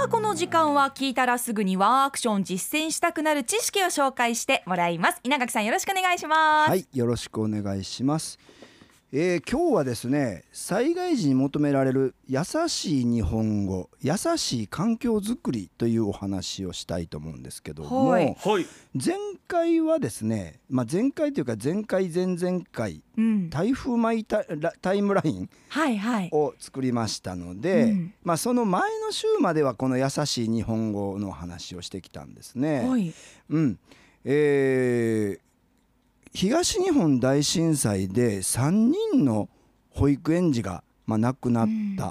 あこの時間は聞いたらすぐにワンアクション実践したくなる知識を紹介してもらいます。稲垣さんよろしくお願いします。 はい、よろしくお願いします。今日はですね、災害時に求められる優しい日本語、優しい環境づくりというお話をしたいと思うんですけども、 はい前回はですね、前回というか前回前々回、台風マイタイムラインを作りましたので、その前の週まではこの優しい日本語の話をしてきたんですね。東日本大震災で3人の保育園児が亡くなった、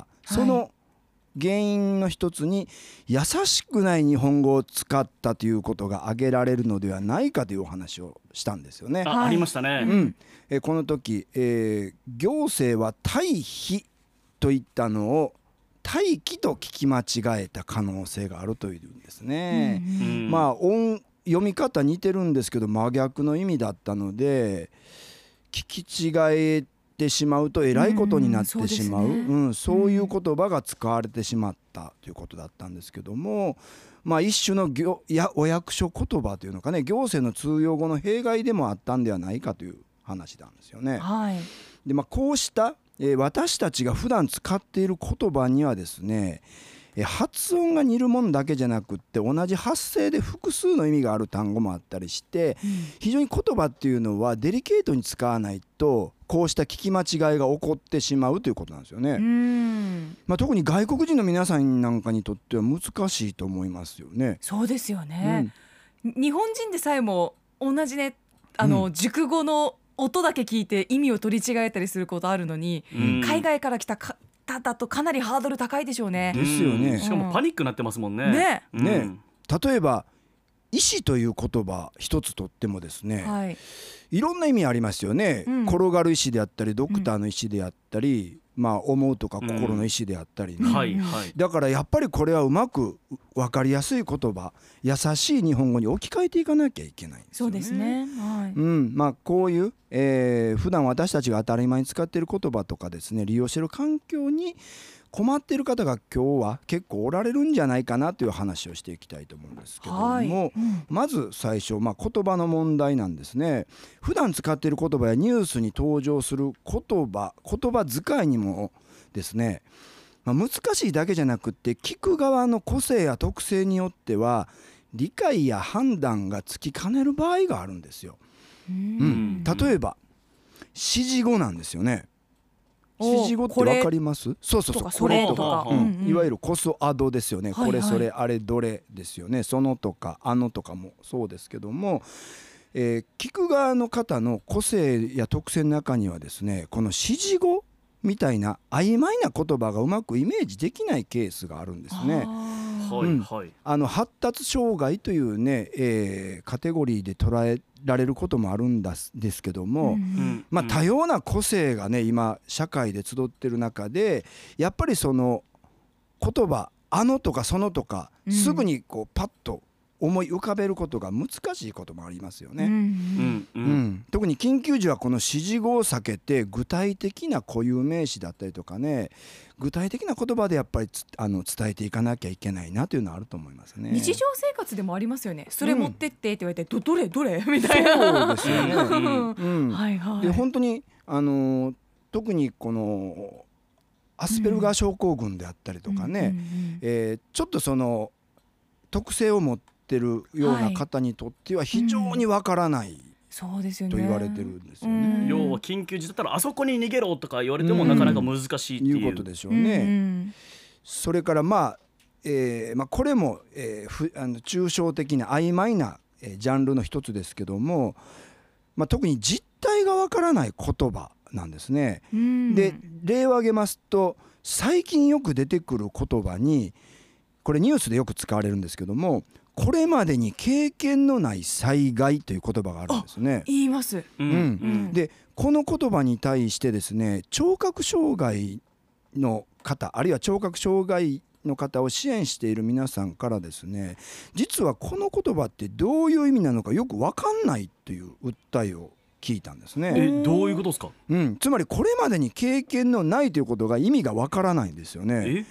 その原因の一つに優しくない日本語を使ったということが挙げられるのではないかというお話をしたんですよね。 ありましたね。 この時、行政は退避といったのを待機と聞き間違えた可能性があるというんですね。読み方似てるんですけど真逆の意味だったので、聞き違えてしまうとえらいことになってしまう、そういう言葉が使われてしまったということだったんですけども、一種のお役所言葉というのかね、行政の通用語の弊害でもあったんではないかという話なんですよね。で、こうした、私たちが普段使っている言葉にはですね、発音が似るものだけじゃなくって同じ発声で複数の意味がある単語もあったりして、非常に言葉っていうのはデリケートに使わないとこうした聞き間違いが起こってしまうということなんですよね。特に外国人の皆さんなんかにとっては難しいと思いますよね。 そうですよね、日本人でさえも同じね、熟語の音だけ聞いて意味を取り違えたりすることあるのに、海外から来ただとかなりハードル高いでしょうね。 ですよね。 しかもパニックになってますもんね。 例えば医師という言葉一つとってもですね、いろんな意味ありますよね。転がる医師であったりドクターの医師であったり、思うとか心の医師であったりね、だからやっぱりこれはうまく分かりやすい言葉、優しい日本語に置き換えていかなきゃいけないんですよね。 そうですね。 こういう、普段私たちが当たり前に使っている言葉とかですね、利用している環境に困っている方が今日は結構おられるんじゃないかなという話をしていきたいと思うんですけども、まず最初、言葉の問題なんですね。普段使っている言葉やニュースに登場する言葉遣いにもですね、難しいだけじゃなくって聞く側の個性や特性によっては理解や判断がつきかねる場合があるんですよ。例えば指示語なんですよね。指示語って分かります？そうこれとか、 いわゆるこそあどですよね。これそれあれどれですよね。そのとかあのとかもそうですけども、聞く側の方の個性や特性の中にはですね、この指示語みたいな曖昧な言葉がうまくイメージできないケースがあるんですね。発達障害というね、カテゴリーで捉えられることもあるんですけども、多様な個性がね今社会で集ってる中で、やっぱりその言葉あのとかそのとか、すぐにこうパッと思い浮かべることが難しいこともありますよね。特に緊急時はこの指示語を避けて具体的な固有名詞だったりとかね、具体的な言葉でやっぱり伝えていかなきゃいけないなというのはあると思いますね。 日常生活でもありますよね。それ持ってってって言われて、どれみたいな。 そうですよね。で本当に特にこのアスペルガー症候群であったりとかね、ちょっとその特性を持ってるような方にとっては非常にわからないと言われてるんですよね。 要は緊急時だったらあそこに逃げろとか言われてもなかなか難しいっていうことでしょうね。それからこれも抽象的な曖昧なジャンルの一つですけども、特に実態がわからない言葉なんですね。で例を挙げますと、最近よく出てくる言葉に、これニュースでよく使われるんですけども、これまでに経験のない災害という言葉があるんですね。 言います。 でこの言葉に対してですね、聴覚障害の方、あるいは聴覚障害の方を支援している皆さんからですね、実はこの言葉ってどういう意味なのかよく分かんないという訴えを聞いたんですね。 どういうことですか？ つまりこれまでに経験のないということが意味が分からないんですよね。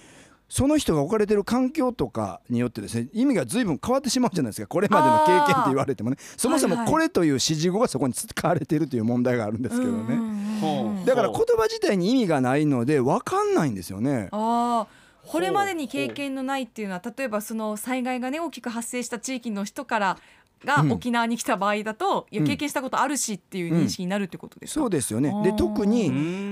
その人が置かれている環境とかによってですね意味が随分変わってしまうじゃないですか。これまでの経験って言われてもね、そもそもこれという指示語がそこに使われているという問題があるんですけどね。だから言葉自体に意味がないので分かんないんですよね。 これまでに経験のないっていうのは、例えばその災害がね大きく発生した地域の人からが沖縄に来た場合だと、いや経験したことあるしっていう認識になるってことですか。 そうですよね。で特に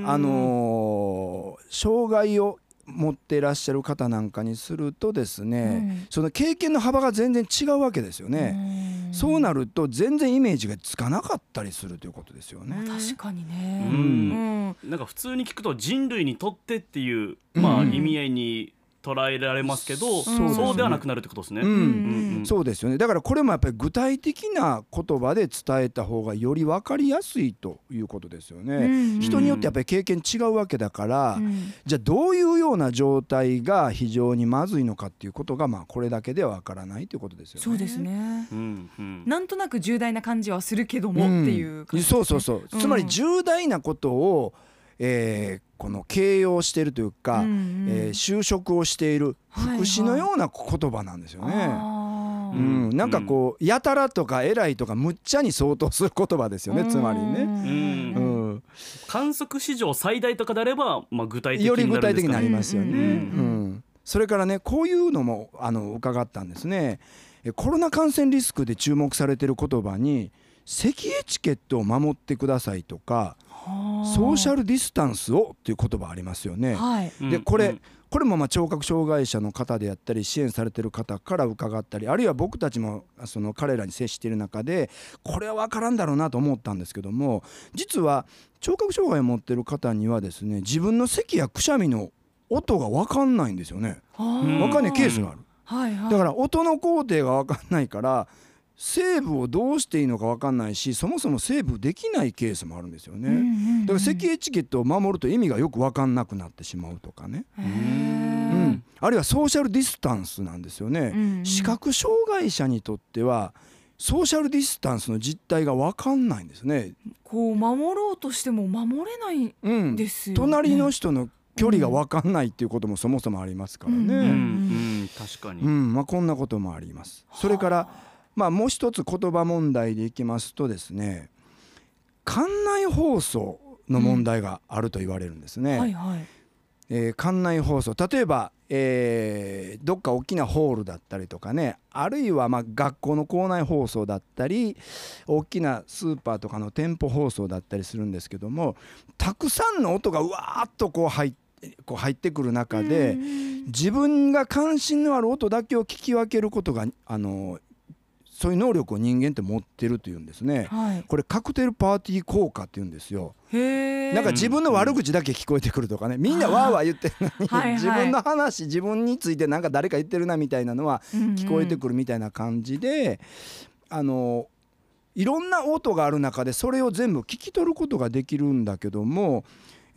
障害を持っていらっしゃる方なんかにするとですね、その経験の幅が全然違うわけですよね。そうなると全然イメージがつかなかったりするということですよね。 確かにね。 なんか普通に聞くと人類にとってっていう、まあ、意味合いに捉えられますけど、そうではなくなるってことですね。 そうですよね。だからこれもやっぱり具体的な言葉で伝えた方がより分かりやすいということですよね。人によってやっぱり経験違うわけだから、じゃあどういうような状態が非常にまずいのかっていうことが、まあこれだけでは分からないということですよね。 そうですね。なんとなく重大な感じはするけどもっていう感じですね。 そうつまり重大なことをこの形容しているというか、就職をしている福祉のような言葉なんですよね。なんかこうやたらとか偉いとかむっちゃに相当する言葉ですよね。つまりね、 観測史上最大とかであれば、まあ、具体的になるんですかね。 より具体的になりますよね。それからね、こういうのも伺ったんですね。コロナ感染リスクで注目されている言葉に咳エチケットを守ってくださいとかソーシャルディスタンスをっていう言葉ありますよね。でこれもまあ聴覚障害者の方であったり支援されている方から伺ったり、あるいは僕たちもその彼らに接している中でこれは分からんだろうなと思ったんですけども、実は聴覚障害を持っている方にはですね、自分の咳やくしゃみの音が分かんないんですよね。分かんないケースがある。だから音の工程が分かんないからセーブをどうしていいのか分かんないし、そもそもセーブできないケースもあるんですよね。だから咳エチケットを守ると意味がよく分かんなくなってしまうとかね。あるいはソーシャルディスタンスなんですよね。視覚障害者にとってはソーシャルディスタンスの実態が分かんないんですね。 こう守ろうとしても守れないんですよね。 隣の人の距離が分かんないっていうこともそもそもありますからね。 確かに、 まあ、こんなこともあります。それからまあ、もう一つ言葉問題でいきますとですね、館内放送の問題があると言われるんですね。館内放送、例えば、どっか大きなホールだったりとかね、あるいはまあ学校の校内放送だったり大きなスーパーとかの店舗放送だったりするんですけども、たくさんの音がうわーっとこう入ってくる中で、自分が関心のある音だけを聞き分けることがそういう能力を人間って持ってるというんですね。これカクテルパーティー効果っていうんですよ。なんか自分の悪口だけ聞こえてくるとかね、みんなわーわー言ってるのに自分の話、自分についてなんか誰か言ってるなみたいなのは聞こえてくるみたいな感じで、いろんな音がある中でそれを全部聞き取ることができるんだけども、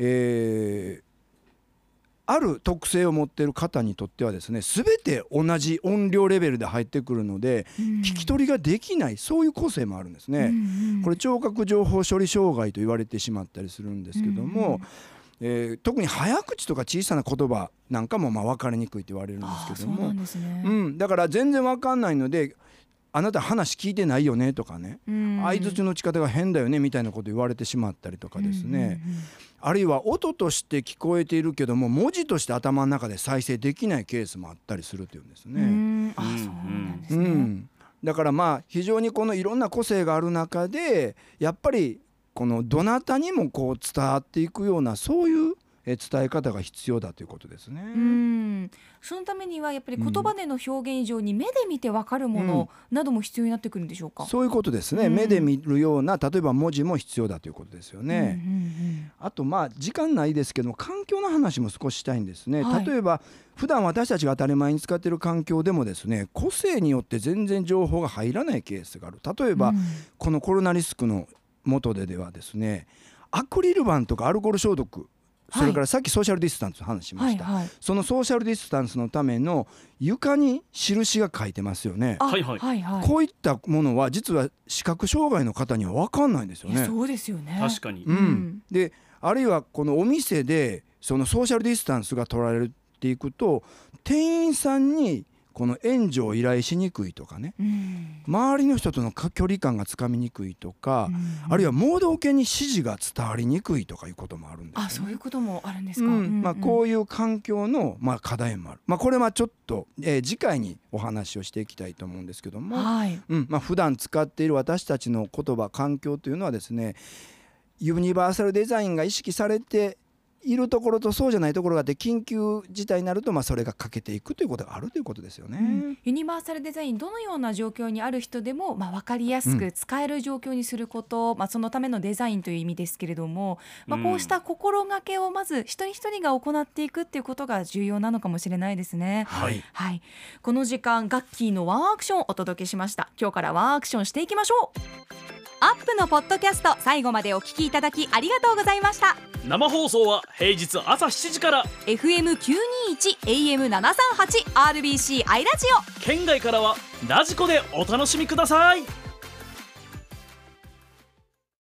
ある特性を持っている方にとってはですね、全て同じ音量レベルで入ってくるので、聞き取りができない、そういう個性もあるんですね。これ聴覚情報処理障害と言われてしまったりするんですけども、特に早口とか小さな言葉なんかもまあ分かりにくいと言われるんですけども、だから全然分かんないので、あなた話聞いてないよねとかね、相槌の打ち方が変だよねみたいなこと言われてしまったりとかですね、あるいは音として聞こえているけども文字として頭の中で再生できないケースもあったりするというんですね。 そうなんですね。 だからまあ非常にこのいろんな個性がある中で、やっぱりこのどなたにもこう伝わっていくようなそういう伝え方が必要だということですね。 そのためにはやっぱり言葉での表現以上に目で見て分かるものなども必要になってくるんでしょうか。 そういうことですね。目で見るような例えば文字も必要だということですよね。あとまあ時間ないですけども、環境の話も少ししたいんですね。例えば普段私たちが当たり前に使っている環境でもですね、個性によって全然情報が入らないケースがある。例えばこのコロナリスクの下ではですね、アクリル板とかアルコール消毒、それからさっきソーシャルディスタンスの話しました、そのソーシャルディスタンスのための床に印が書いてますよね。こういったものは実は視覚障害の方には分かんないんですよね。 そうですよね。 確かに、 であるいはこのお店でそのソーシャルディスタンスが取られるっていくと店員さんにこの援助を依頼しにくいとかね、周りの人との距離感がつかみにくいとか、あるいは盲導犬に指示が伝わりにくいとかいうこともあるんですよね。 あ、そういうこともあるんですか。 こういう環境の課題もある。これはちょっと、次回にお話をしていきたいと思うんですけども、普段使っている私たちの言葉環境というのはですね、ユニバーサルデザインが意識されているところとそうじゃないところがあって、緊急事態になるとそれが欠けていくということがあるということですよね。 ユニバーサルデザイン、どのような状況にある人でも分かりやすく使える状況にすること、そのためのデザインという意味ですけれども、こうした心がけをまず一人一人が行っていくっていうことが重要なのかもしれないですね。この時間ガッキーのワンアクションをお届けしました。今日からワンアクションしていきましょう。アップのポッドキャスト、最後までお聞きいただきありがとうございました。 生放送は平日朝7時から FM921 AM738 RBC アイラジオ、 県外からはラジコでお楽しみください。